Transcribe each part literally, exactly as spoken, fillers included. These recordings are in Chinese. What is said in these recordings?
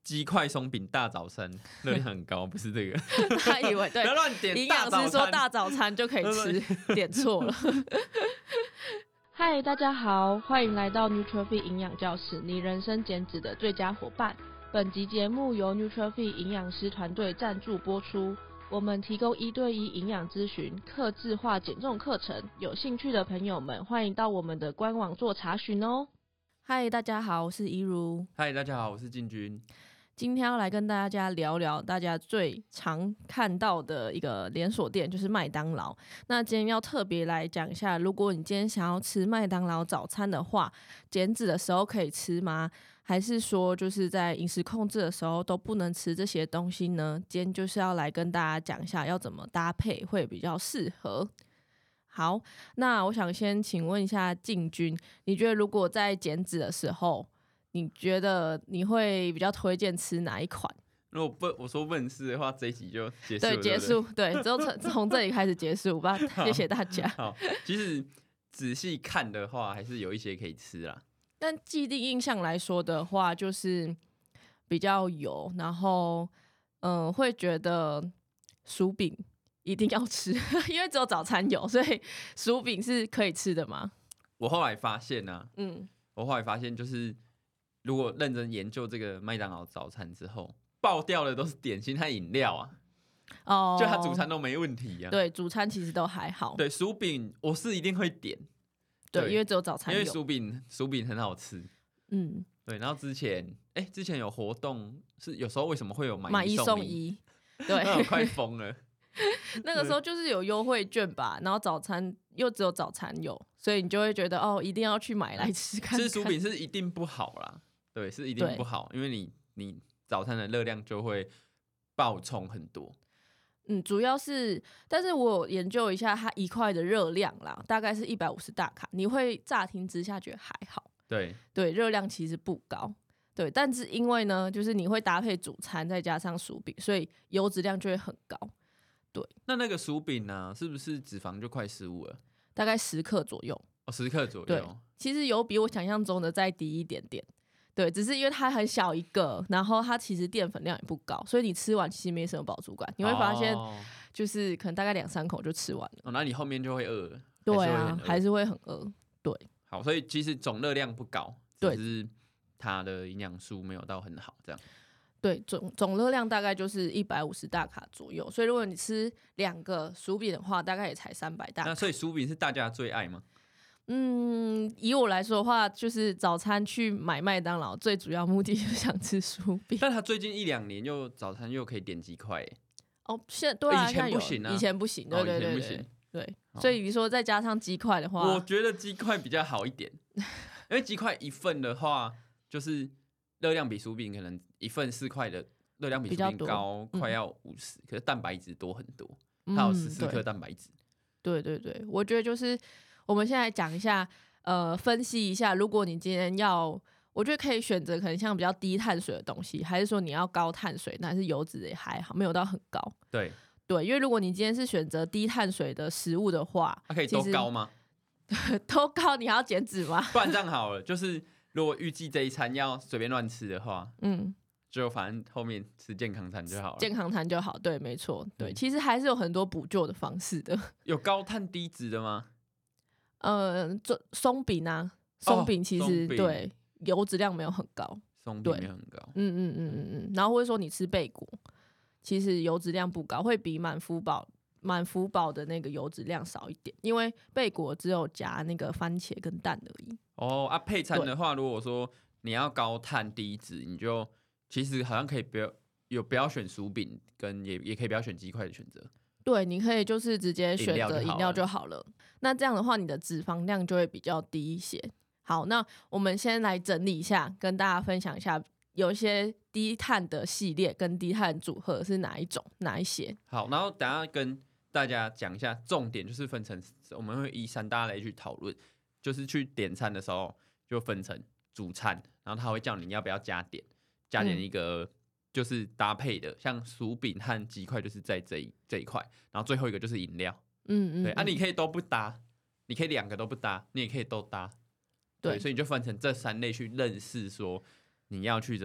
鸡块松饼大早餐热量很高，不是这个。 他以为对， 不要乱点营大早餐。 养师说大早餐就可以吃，点错了。 嗨，大家好，欢迎来到 Nutrify 营养教室，你人生减脂的最佳伙伴。本集节目由 Nutrify 营养师团队赞助播出。我们提供一对一营养咨询、客制化减重课程，有兴趣的朋友们欢迎到我们的官网做查询哦。 嗨，大家好，我是怡如。 嗨，大家好，我是进军。 今天要来跟大家聊聊大家最常看到的一个连锁店，就是麦当劳。那今天要特别来讲一下，如果你今天想要吃麦当劳早餐的话，减脂的时候可以吃吗？还是说就是在饮食控制的时候都不能吃这些东西呢？今天就是要来跟大家讲一下要怎么搭配会比较适合。好，那我想先请问一下进军，你觉得如果在减脂的时候，你觉得你会比较推荐吃哪一款？ 如果不我说问世的话，这一集就结束了。 对，结束，对，之后从从这里开始结束吧。谢谢大家。 好，其实仔细看的话，还是有一些可以吃啦。 但既定印象来说的话，就是比较油，然后嗯、呃，会觉得薯饼一定要吃，因为只有早餐有，所以薯饼是可以吃的吗？ 我后来发现啊， 嗯， 我后来发现就是。如果认真研究这个麦当劳早餐之后，爆掉的都是点心和饮料啊，哦，就它主餐都没问题啊。 对，主餐其实都还好。 对，薯饼我是一定会点， 对，因为只有早餐有， 因为薯饼薯饼很好吃。 嗯， 对，然后之前哎、欸，之前有活动是有时候为什么会有买买一送送一？对， 那我快疯了。 那个时候就是有优惠券吧，然后早餐又只有早餐有，所以你就会觉得哦，一定要去买来吃看看。 吃薯饼是一定不好啦。对，是一定不好，因为你你早餐的热量就会爆冲很多。 嗯，主要是，但是我有研究一下，它一块的热量啦，大概是一百五十大卡，你会乍听之下觉得还好。 对对，热量其实不高。对，但是因为呢，就是你会搭配主餐再加上薯饼，所以油脂量就会很高。对， 那那个薯饼呢、啊，是不是脂肪就快十五了？ 大概十克左右。 哦，十克左右。 对，其实油比我想象中的再低一点点。对，只是因为它很小一个，然后它其实淀粉量也不高，所以你吃完其实没什么饱足感。你会发现，就是可能大概两三口就吃完了。 哦，那你后面就会饿了。 对啊，还是会很饿。对， 好，所以其实总热量不高，只是它的营养素没有到很好，这样。 对，总总热量大概就是一百五十大卡左右，所以如果你吃两个薯饼的话，大概也才三百大卡。 那所以薯饼是大家最爱吗？ 嗯，以我来说的话，就是早餐去买麦当劳，最主要目的就是想吃薯饼。 但他最近一两年又早餐又可以点鸡块， 哦，现对啊， 以前不行啊， 以前不行，对对对对，对, 对，所以你说再加上鸡块的话， 我觉得鸡块比较好一点，因为鸡块一份的话，就是热量比薯饼可能一份四块的热量比薯饼高快要五十、嗯，可是蛋白质多很多，它有十四克蛋白质、嗯。 对对对，我觉得就是我们现在讲一下，呃，分析一下，如果你今天要，我觉得可以选择可能像比较低碳水的东西，还是说你要高碳水，但是油脂也还好，没有到很高。 对对，因为如果你今天是选择低碳水的食物的话， 它、啊、可以都高吗？ 都高，你还要减脂吗？ 不然这样好了，就是如果预计这一餐要随便乱吃的话，嗯。就反正后面吃健康餐就好了， 健康餐就好，对，没错，对、嗯，其实还是有很多补救的方式的。 有高碳低脂的吗？ 呃，松饼啊，松饼其实、哦、对油脂量没有很高， 松饼没有很高， 嗯嗯嗯嗯嗯。然后或者说你吃贝果，其实油脂量不高，会比满福堡满福堡的那个油脂量少一点，因为贝果只有加那个番茄跟蛋而已。 哦啊，配餐的话，如果说你要高碳低脂，你就其实好像可以不要有不要选薯饼，跟也也可以不要选鸡块的选择。 对，你可以就是直接选择饮料就好了。那这样的话，你的脂肪量就会比较低一些。好，那我们先来整理一下，跟大家分享一下，有一些低碳的系列跟低碳组合是哪一种、哪一些。 好，然后等一下跟大家讲一下，重点就是分成，我们会依三大类去讨论，就是去点餐的时候就分成主餐，然后他会叫你要不要加点。加点一个就是搭配的，嗯、像薯饼和鸡块就是在这一这一块，然后最后一个就是饮料，嗯嗯，对啊，你可以都不搭，你可以两个都不搭，你也可以都搭，对，对，所以你就分成这三类去认识，说你要去怎么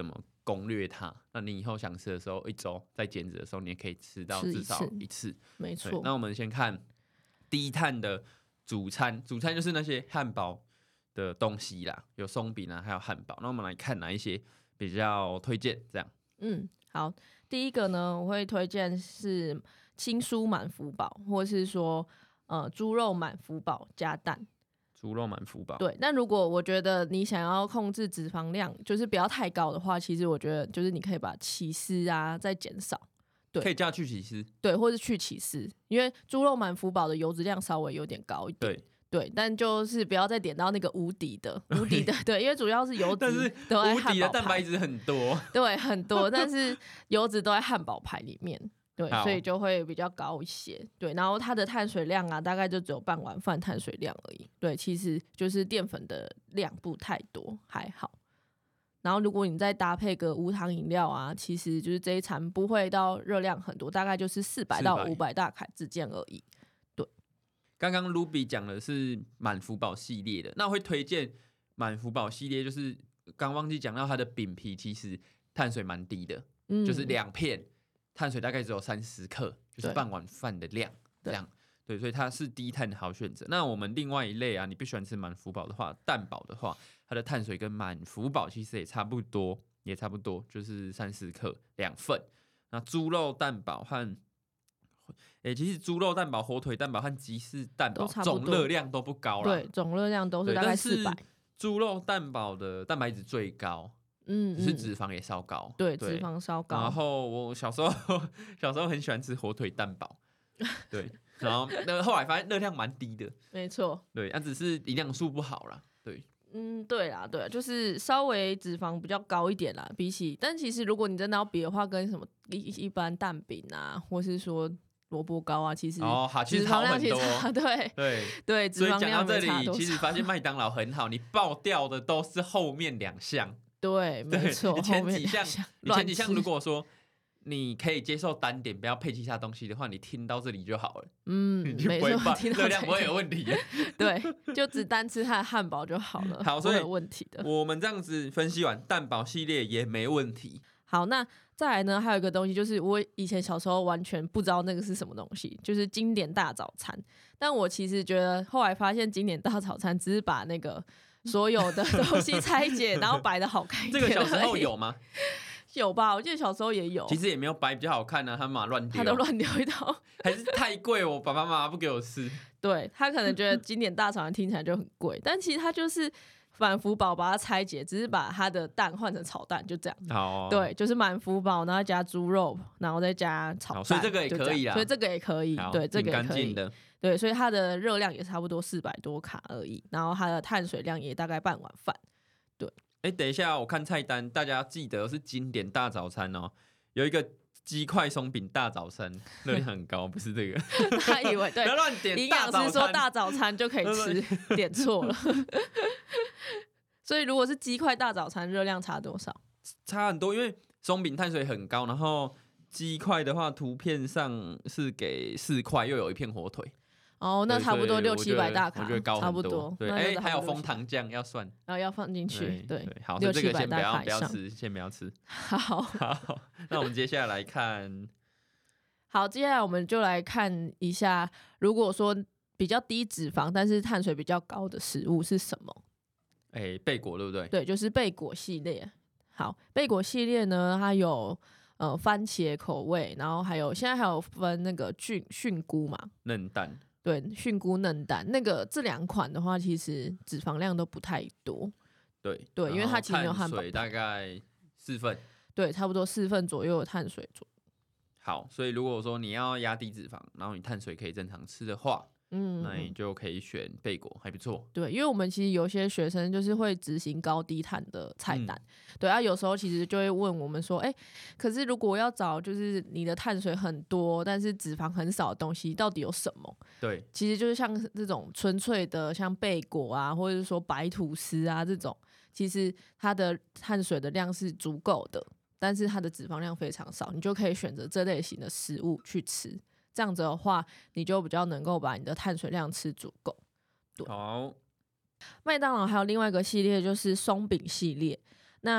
攻略它。那你以后想吃的时候，一周在减脂的时候，你也可以吃到至少一次。 没错。 那我们先看低碳的主餐，主餐就是那些汉堡的东西啦，有松饼啊，还有汉堡。那我们来看哪一些比较推荐，这样。 嗯，好，第一个呢，我会推荐是青蔬满福堡，或是说呃猪肉满福堡加蛋。 猪肉满福堡。 对，但如果我觉得你想要控制脂肪量，就是不要太高的话，其实我觉得就是你可以把起司啊再减少。对， 可以加去起司。 对，或是去起司，因为猪肉满福堡的油脂量稍微有点高一点。 对。 对，但就是不要再点到那个无敌的，无敌的，对，因为主要是油脂都在汉堡排， 无敌的蛋白质很多， 对，很多，但是油脂都在汉堡排里面，对，所以就会比较高一些，对，然后它的碳水量啊，大概就只有半碗饭碳水量而已，对，其实就是淀粉的量不太多，还好。然后如果你再搭配个无糖饮料啊，其实就是这一餐不会到热量很多，大概就是四百到五百大卡之间而已。 刚刚 Ruby 讲的是满福堡系列的，那我会推荐满福堡系列，就是刚忘记讲到它的饼皮其实碳水蛮低的，嗯、就是两片碳水大概只有三十克，就是半碗饭的量，这样 对, 对，所以它是低碳的好选择。那我们另外一类啊，你不喜欢吃满福堡的话，蛋堡的话，它的碳水跟满福堡其实也差不多，也差不多，就是三十克两份。那猪肉蛋堡和欸、其实猪肉蛋堡、火腿蛋堡和吉士蛋堡总热量都不高啦， 对，总热量都是大概四百。 猪肉蛋堡的蛋白质最高，嗯，只是脂肪也稍高， 对，脂肪稍高。 然后我小时候小时候很喜欢吃火腿蛋堡，对，然后那后来发现热量蛮低的， 没错， 对，那、啊、只是营养素不好啦，对。 嗯，对啦，对啦，就是稍微脂肪比较高一点啦，比起，但其实如果你真的要比的话，跟什么一一般蛋饼啊，或是说萝卜糕啊，其实脂肪量其实差，对对对，脂肪量没差多少。所以讲到这里， 其实发现麦当劳很好，你爆掉的都是后面两项， 对，没错， 你前几项，你前几项如果说你可以接受单点，不要配其他东西的话，你听到这里就好了。嗯，你就不会爆，热量不会有问题。 对，就只单吃它的汉堡就好了，好，所以没有问题的。 我们这样子分析完蛋堡系列也没问题。 好，那再来呢，还有一个东西，就是我以前小时候完全不知道那个是什么东西，就是经典大早餐。但我其实觉得后来发现，经典大早餐只是把那个所有的东西拆解，然后摆的好看一点。 这个小时候有吗？ 有吧，我记得小时候也有。 其实也没有摆比较好看啊，他妈乱丢， 他都乱丢一通， 还是太贵，我爸爸妈妈不给我吃。 对，他可能觉得经典大早餐听起来就很贵，但其实他就是满福堡把它拆解，只是把它的蛋换成炒蛋，就这样。 好、哦， 对，就是满福堡，然后加猪肉，然后再加炒蛋， 所以这个也可以啊。 所以这个也可以，对，这个也可以的。 对，所以它的热量也差不多四百多卡而已，然后它的碳水量也大概半碗饭。对。 哎，等一下，我看菜单，大家记得是经典大早餐哦，有一个鸡块松饼大早餐，热量很高，不是这个。 他以为对， 不要乱点。 营养师说大早餐就可以吃，点错了。所以如果是鸡块大早餐，热量差多少？ 差很多，因为松饼碳水很高，然后鸡块的话，图片上是给四块，又有一片火腿。 哦，那差不多六七百大卡， 我觉得高很多， 差不多。 对，哎，还有枫糖酱要算， 然后要放进去，对， 对好，这个先不要不要吃，先不要吃。 好， 好，那我们接下来看， 好，接下来我们就来看一下，如果说比较低脂肪，但是碳水比较高的食物是什么？ 哎，贝果对不对？ 对，就是贝果系列。好，贝果系列呢，它有。呃，番茄口味，然后还有现在还有分那个菌菌菇嘛， 嫩蛋， 对，菌菇嫩蛋，那个这两款的话，其实脂肪量都不太多， 对对，因为它其实没有汉堡， 碳水大概四份， 对，差不多四份左右的碳水左右。 好，所以如果说你要压低脂肪，然后你碳水可以正常吃的话，嗯，那你就可以选贝果，还不错。 对，因为我们其实有些学生就是会执行高低碳的菜单，嗯、对啊，有时候其实就会问我们说，哎、欸，可是如果要找就是你的碳水很多，但是脂肪很少的东西，到底有什么？ 对， 其实就是像这种纯粹的，像贝果啊，或者是说白吐司啊这种，其实它的碳水的量是足够的，但是它的脂肪量非常少，你就可以选择这类型的食物去吃。这样子的话，你就比较能够把你的碳水量吃足够。对， 好。 麦当劳还有另外一个系列就是松饼系列，那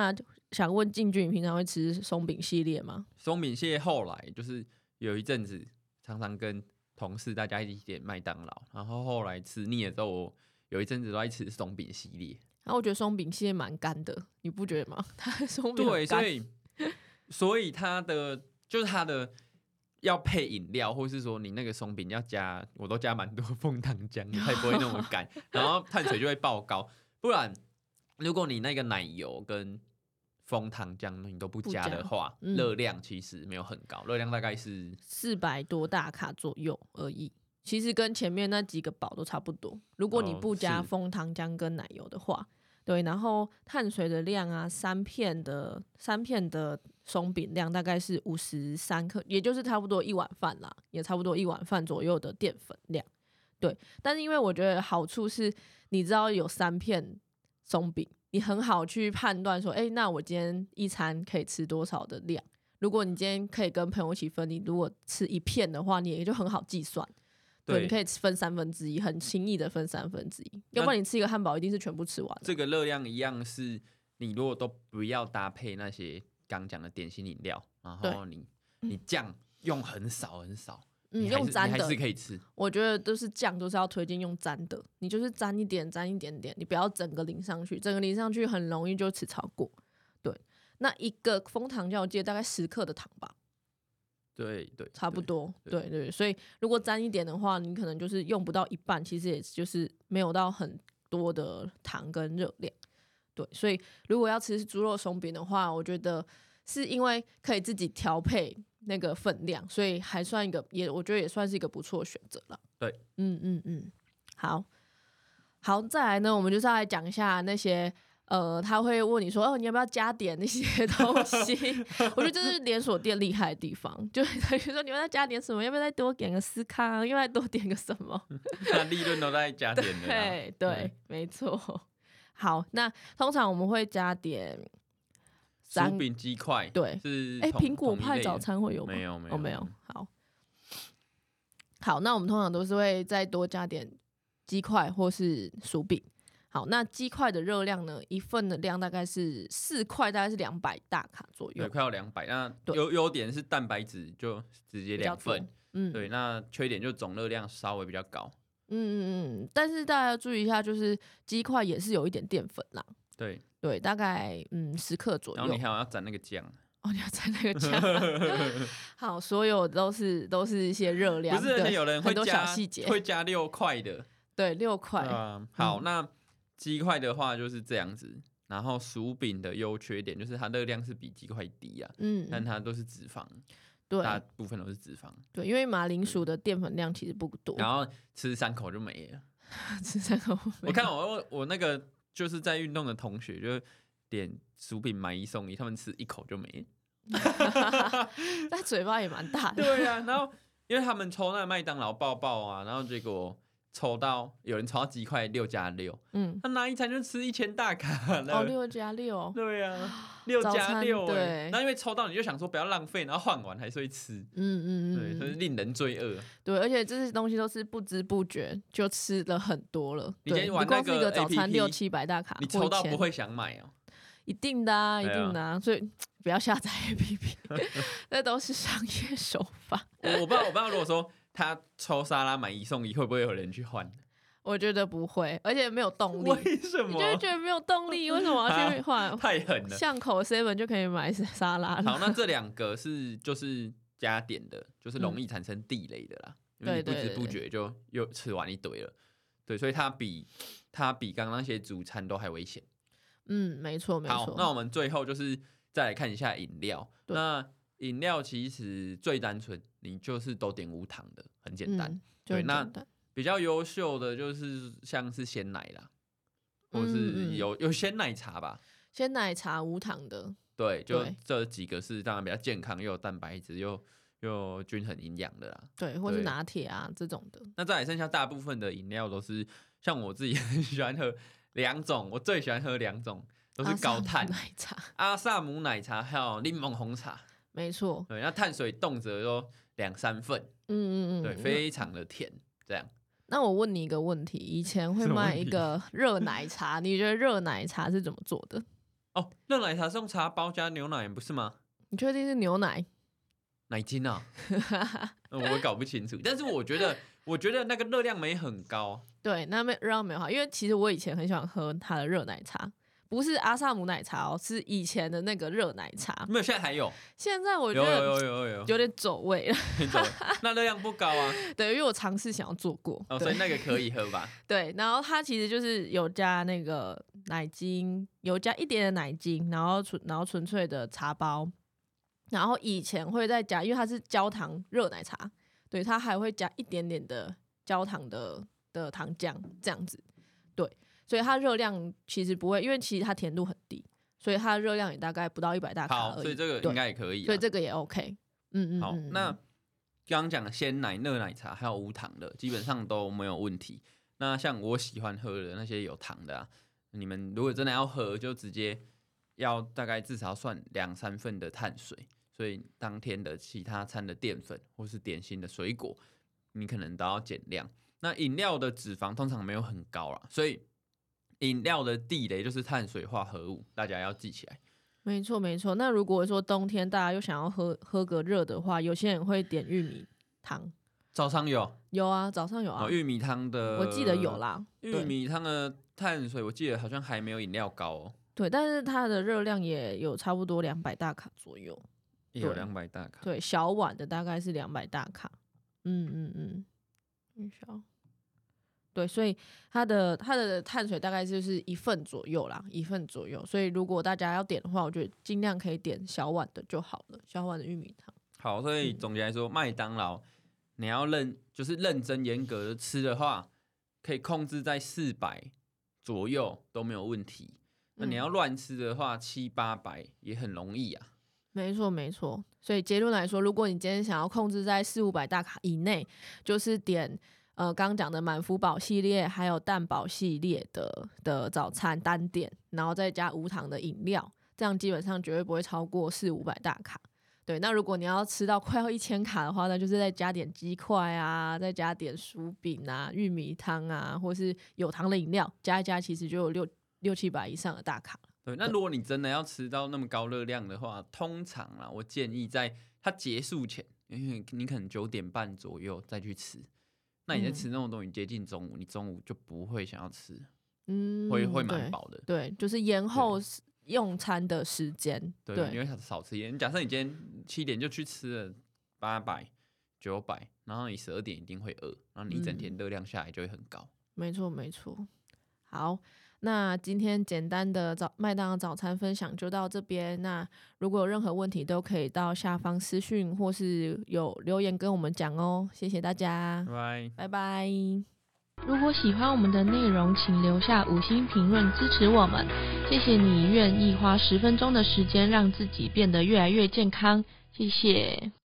想问进军，你平常会吃松饼系列吗？ 松饼系列后来就是有一阵子常常跟同事大家一起点麦当劳，然后后来吃腻了之后，我有一阵子都在吃松饼系列。 然后我觉得松饼系列蛮干的，你不觉得吗？它的松饼对， 很干所以所以它的就是它的要配饮料，或是说你那个松饼要加，我都加蛮多枫糖浆，才不会那么干，然后碳水就会爆高。不然如果你那个奶油跟枫糖浆你都不加的话，热、嗯、量其实没有很高，热量大概是四百多大卡左右而已。其实跟前面那几个堡都差不多。如果你不加枫糖浆跟奶油的话，哦、对，然后碳水的量啊，三片的三片的松饼量大概是五十三克，也就是差不多一碗饭啦，也差不多一碗饭左右的淀粉量。对，但是因为我觉得好处是，你知道有三片松饼，你很好去判断说，哎、欸，那我今天一餐可以吃多少的量？如果你今天可以跟朋友一起分，你如果吃一片的话，你也就很好计算。对，你可以分三分之一，很轻易的分三分之一，要不然你吃一个汉堡一定是全部吃完了。 这个热量一样是，你如果都不要搭配那些刚讲的点心饮料，然后你你酱用很少很少， 嗯， 你用沾的你还是可以吃。 我觉得都是酱都是要推荐用沾的，你就是沾一点沾一点点，你不要整个淋上去，整个淋上去很容易就吃超过。对，那一个枫糖浆我记得大概十克的糖吧。 对对， 差不多，对 对, 对，所以如果沾一点的话，你可能就是用不到一半，其实也就是没有到很多的糖跟热量。对，所以如果要吃猪肉松饼的话，我觉得是因为可以自己调配那个分量，所以还算一个，也我觉得也算是一个不错的选择了。 对， 嗯嗯嗯，好，好，再来呢，我们就是要来讲一下那些。呃，他会问你说：“哦，你要不要加点那些东西？”我觉得这是连锁店厉害的地方，就是他就说你要再加点什么，要不要再多点个司康，要不要再多点个什么？ 那利润都在加点的。 对对，嗯、没错。好，那通常我们会加点薯饼鸡块， 对， 是哎，苹果派早餐会有吗？ 没有没有、 哦、没有。好，好，那我们通常都是会再多加点鸡块或是薯饼。好，那鸡块的热量呢？一份的量大概是四块，大概是两百大卡左右， 对，快要两百。那优优点是蛋白质就直接两份，嗯，对。那缺点就总热量稍微比较高， 嗯嗯嗯。但是大家要注意一下，就是鸡块也是有一点淀粉啦， 对对，大概嗯十克左右。 然后你还要沾那个酱， 哦，你要沾那个酱。好，所有都是都是一些热量， 不是，而且有人会加小细节， 会加六块的， 对，六块。 嗯，好，嗯、那。鸡块的话就是这样子，然后薯饼的优缺点就是它热量是比鸡块低啊，嗯，但它都是脂肪， 对， 大部分都是脂肪， 对，因为马铃薯的淀粉量其实不多， 然后吃三口就没了， 吃三口没了。 我看我我那个就是在运动的同学，就点薯饼买一送一，他们吃一口就没了， 但嘴巴也蛮大的， 对啊，然后因为他们抽那个麦当劳爆爆啊，然后结果。抽到有人抽到鸡块六加六，嗯，他拿一餐就吃一千大卡了。 哦，六加六， 对啊，六加六，对。那因为抽到你就想说不要浪费，然后换完还是会吃，嗯嗯嗯，对，所以令人罪恶。 对，而且这些东西都是不知不觉就吃了很多了。 你今天玩那个 A P P， 一个早餐六七百大卡， 你抽到不会想买哦。 一定的啊，一定的啊，所以不要下载 A P P， 那都是商业手法。 我不知道，我不知道，如果说。他抽沙拉买一送一，会不会有人去换？ 我觉得不会，而且没有动力。 为什么？ 你就会觉得没有动力，为什么要去换？ 太狠了！ 巷口 seven 就可以买沙拉了。 好，那这两个是就是加点的，就是容易产生地雷的啦，嗯、因为你不知不觉就又吃完一堆了。对，所以它比它比刚刚那些主餐都还危险。 嗯，没错没错。 好，那我们最后就是再来看一下饮料。那饮料其实最单纯，你就是都点无糖的，很简单。嗯、对，那比较优秀的就是像是鲜奶啦，或是有有鲜奶茶吧。 鲜奶茶无糖的， 对，就这几个是当然比较健康，又有蛋白质，又又均衡营养的啦。 对，或是拿铁啊这种的。 那再来剩下大部分的饮料都是像我自己很喜欢喝两种，我最喜欢喝两种，都是高碳奶茶、 阿萨姆奶茶还有柠檬红茶。 没错， 对，那碳水动辄都两三份，嗯嗯嗯，对，非常的甜，这样。 那我问你一个问题，以前会卖一个热奶茶，你觉得热奶茶是怎么做的？ 哦，热奶茶是用茶包加牛奶不是吗？ 你确定是牛奶？ 奶精啊？我搞不清楚，但是我觉得，我觉得那个热量没很高。 对，那热量没有好，因为其实我以前很喜欢喝它的热奶茶，不是阿萨姆奶茶哦，是以前的那个热奶茶。 没有，现在还有。 现在我觉得有有有有有有点走味了， 那热量不高啊。 对，因为我尝试想要做过， 哦，所以那个可以喝吧？ 对，然后它其实就是有加那个奶精，有加一点点奶精，然后纯然后纯粹的茶包。然后以前会再加，因为它是焦糖热奶茶，对，它还会加一点点的焦糖的的糖浆这样子，对，所以它热量其实不会，因为其实它甜度很低，所以它的热量也大概不到一百大卡而已。 好，所以这个应该也可以。 所以这个也 OK。嗯嗯。 好，那刚刚讲的鲜奶、热奶茶还有无糖的，基本上都没有问题。那像我喜欢喝的那些有糖的啊，你们如果真的要喝，就直接要大概至少算两三份的碳水。所以当天的其他餐的淀粉或是点心的水果，你可能都要减量。那饮料的脂肪通常没有很高啦，所以饮料的地雷就是碳水化合物，大家要记起来。 没错没错。那如果说冬天大家又想要喝喝个热的话，有些人会点玉米汤。 早上有有啊，早上有啊。 哦、玉米汤的， 我记得有啦。 玉米汤的碳水我记得好像还没有饮料高哦。 对，但是它的热量也有差不多两百大卡左右。 也有两百大卡， 对，小碗的大概是两百大卡，嗯嗯嗯，很小，对，所以它的它的碳水大概就是一份左右啦，一份左右，所以如果大家要点的话，我觉得尽量可以点小碗的就好了，小碗的玉米汤。 好，所以总结来说，麦当劳你要认就是认真严格的吃的话，可以控制在四百左右都没有问题。那你要乱吃的话，七八百也很容易啊。 没错没错，所以结论来说，如果你今天想要控制在四五百大卡以内，就是点呃刚讲的满福堡系列还有蛋堡系列的的早餐单点，然后再加无糖的饮料，这样基本上绝对不会超过四五百大卡。对，那如果你要吃到快要一千卡的话，那就是再加点鸡块啊，再加点薯饼啊、玉米汤啊，或是有糖的饮料，加一加其实就有六六七百以上的大卡。 对，那如果你真的要吃到那么高热量的话，通常啦，我建议在它结束前，因为你可能九点半左右再去吃，那你在吃那种东西接近中午，你中午就不会想要吃，嗯，会会蛮饱的。 对，就是延后用餐的时间， 对，对，你会少吃一点。假设你今天七点就去吃了八百、九百，然后你十二点一定会饿，然后你一整天热量下来就会很高。嗯、 没错，没错。好。那今天简单的早麦当劳早餐分享就到这边。那如果有任何问题，都可以到下方私讯或是有留言跟我们讲哦。谢谢大家， 拜拜， 拜拜。 如果喜欢我们的内容，请留下五星评论支持我们。谢谢你愿意花十分钟的时间让自己变得越来越健康，谢谢。